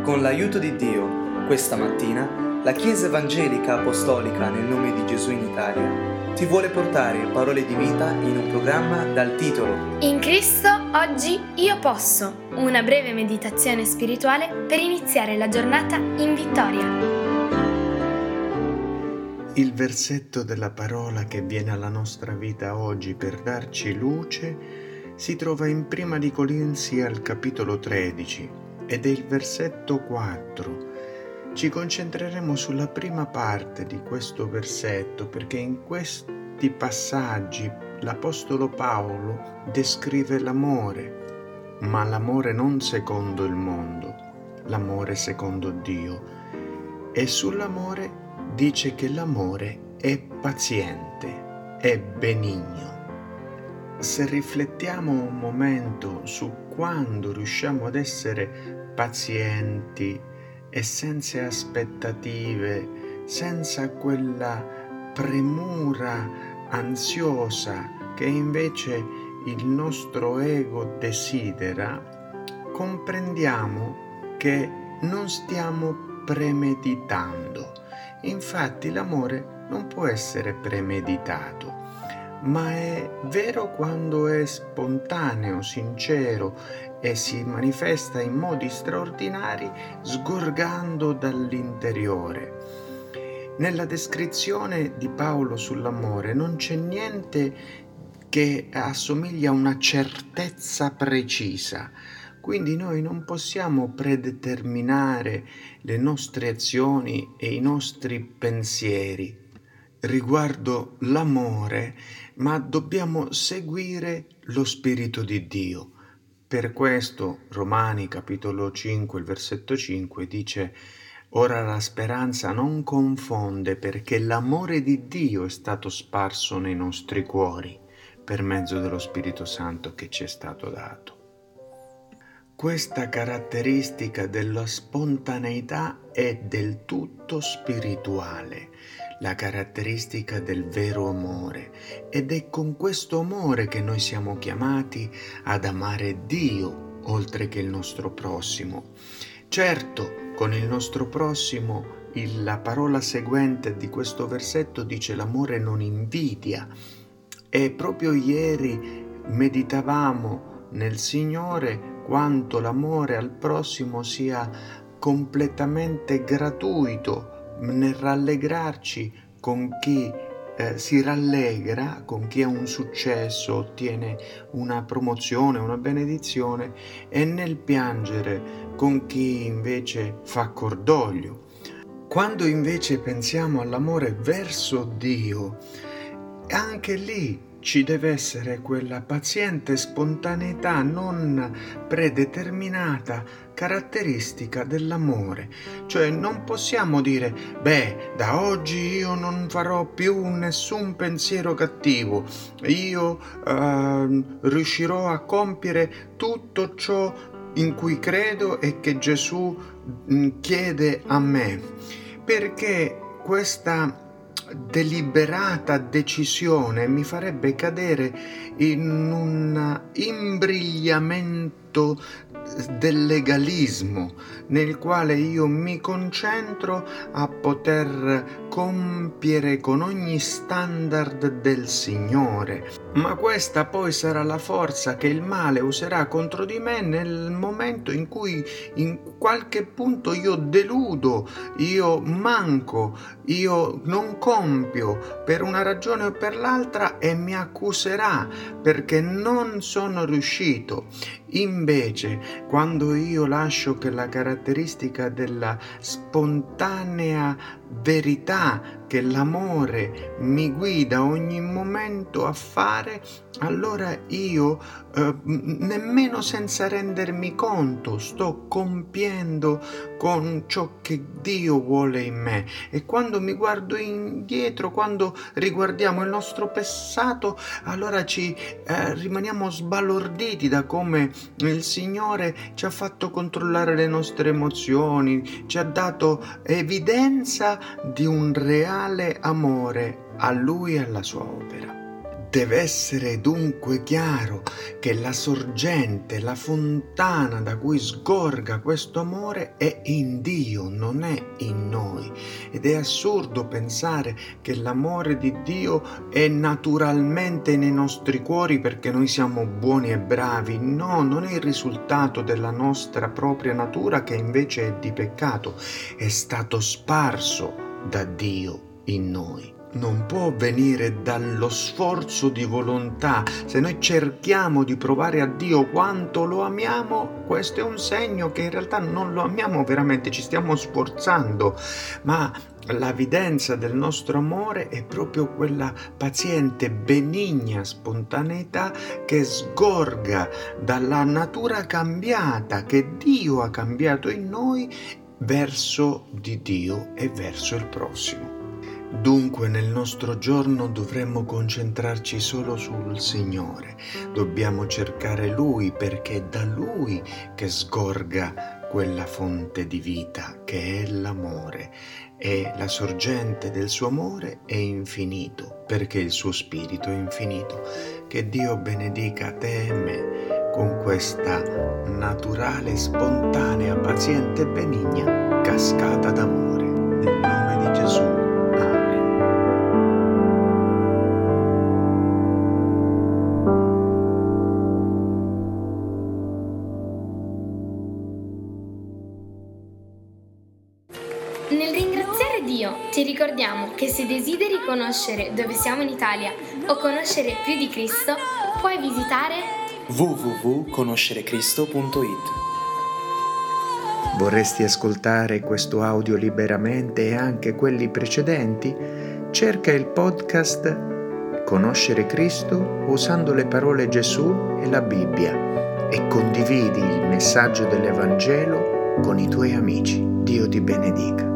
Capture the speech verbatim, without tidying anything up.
Con l'aiuto di Dio, questa mattina, la Chiesa Evangelica Apostolica nel nome di Gesù in Italia ti vuole portare parole di vita in un programma dal titolo In Cristo oggi io posso, una breve meditazione spirituale per iniziare la giornata in vittoria. Il versetto della parola che viene alla nostra vita oggi per darci luce si trova in Prima di Corinzi al capitolo tredici ed è il versetto quattro. Ci concentreremo sulla prima parte di questo versetto perché in questi passaggi l'Apostolo Paolo descrive l'amore, ma l'amore non secondo il mondo, l'amore secondo Dio. E sull'amore dice che l'amore è paziente, è benigno. Se riflettiamo un momento su quando riusciamo ad essere pazienti e senza aspettative, senza quella premura ansiosa che invece il nostro ego desidera, comprendiamo che non stiamo premeditando. Infatti l'amore non può essere premeditato, ma è vero quando è spontaneo, sincero e si manifesta in modi straordinari sgorgando dall'interiore. Nella descrizione di Paolo sull'amore non c'è niente che assomiglia a una certezza precisa. Quindi noi non possiamo predeterminare le nostre azioni e i nostri pensieri riguardo l'amore, ma dobbiamo seguire lo Spirito di Dio. Per questo Romani capitolo cinque, il versetto cinque dice: «Ora la speranza non confonde, perché l'amore di Dio è stato sparso nei nostri cuori per mezzo dello Spirito Santo che ci è stato dato». Questa caratteristica della spontaneità è del tutto spirituale, la caratteristica del vero amore, ed è con questo amore che noi siamo chiamati ad amare Dio oltre che il nostro prossimo. Certo, con il nostro prossimo il, la parola seguente di questo versetto dice: l'amore non invidia, e proprio ieri meditavamo nel Signore quanto l'amore al prossimo sia completamente gratuito nel rallegrarci con chi eh, si rallegra, con chi ha un successo, ottiene una promozione, una benedizione, e nel piangere con chi invece fa cordoglio. Quando invece pensiamo all'amore verso Dio, anche lì ci deve essere quella paziente spontaneità non predeterminata, caratteristica dell'amore. Cioè non possiamo dire: beh, da oggi io non farò più nessun pensiero cattivo, io eh, riuscirò a compiere tutto ciò in cui credo e che Gesù chiede a me, perché questa deliberata decisione mi farebbe cadere in un imbrigliamento del legalismo nel quale io mi concentro a poter compiere con ogni standard del Signore, ma questa poi sarà la forza che il male userà contro di me nel momento in cui in qualche punto io deludo, io manco, io non compio per una ragione o per l'altra e mi accuserà perché non sono riuscito. Invece, quando io lascio che la caratteristica della spontanea verità che l'amore mi guida ogni momento a fare, allora io eh, nemmeno senza rendermi conto sto compiendo con ciò che Dio vuole in me. E quando mi guardo indietro, quando riguardiamo il nostro passato, allora ci eh, rimaniamo sbalorditi da come il Signore ci ha fatto controllare le nostre emozioni, ci ha dato evidenza di un reale amore a Lui e alla sua opera. Deve essere dunque chiaro che la sorgente, la fontana da cui sgorga questo amore è in Dio, non è in noi. Ed è assurdo pensare che l'amore di Dio è naturalmente nei nostri cuori perché noi siamo buoni e bravi. No, non è il risultato della nostra propria natura, che invece è di peccato. È stato sparso da Dio in noi. Non può venire dallo sforzo di volontà. Se noi cerchiamo di provare a Dio quanto lo amiamo, questo è un segno che in realtà non lo amiamo veramente, ci stiamo sforzando. Ma l'evidenza del nostro amore è proprio quella paziente, benigna spontaneità che sgorga dalla natura cambiata, che Dio ha cambiato in noi, verso di Dio e verso il prossimo. Dunque nel nostro giorno dovremmo concentrarci solo sul Signore, dobbiamo cercare Lui perché è da Lui che sgorga quella fonte di vita che è l'amore, e la sorgente del suo amore è infinito perché il suo spirito è infinito. Che Dio benedica te e me con questa naturale, spontanea, paziente e benigna cascata d'amore. Nel nome di Gesù. Nel ringraziare Dio ti ricordiamo che se desideri conoscere dove siamo in Italia o conoscere più di Cristo, puoi visitare w w w punto conoscere cristo punto i t. Vorresti ascoltare questo audio liberamente e anche quelli precedenti? Cerca il podcast Conoscere Cristo usando le parole Gesù e la Bibbia e condividi il messaggio dell'Evangelo con i tuoi amici. Dio ti benedica.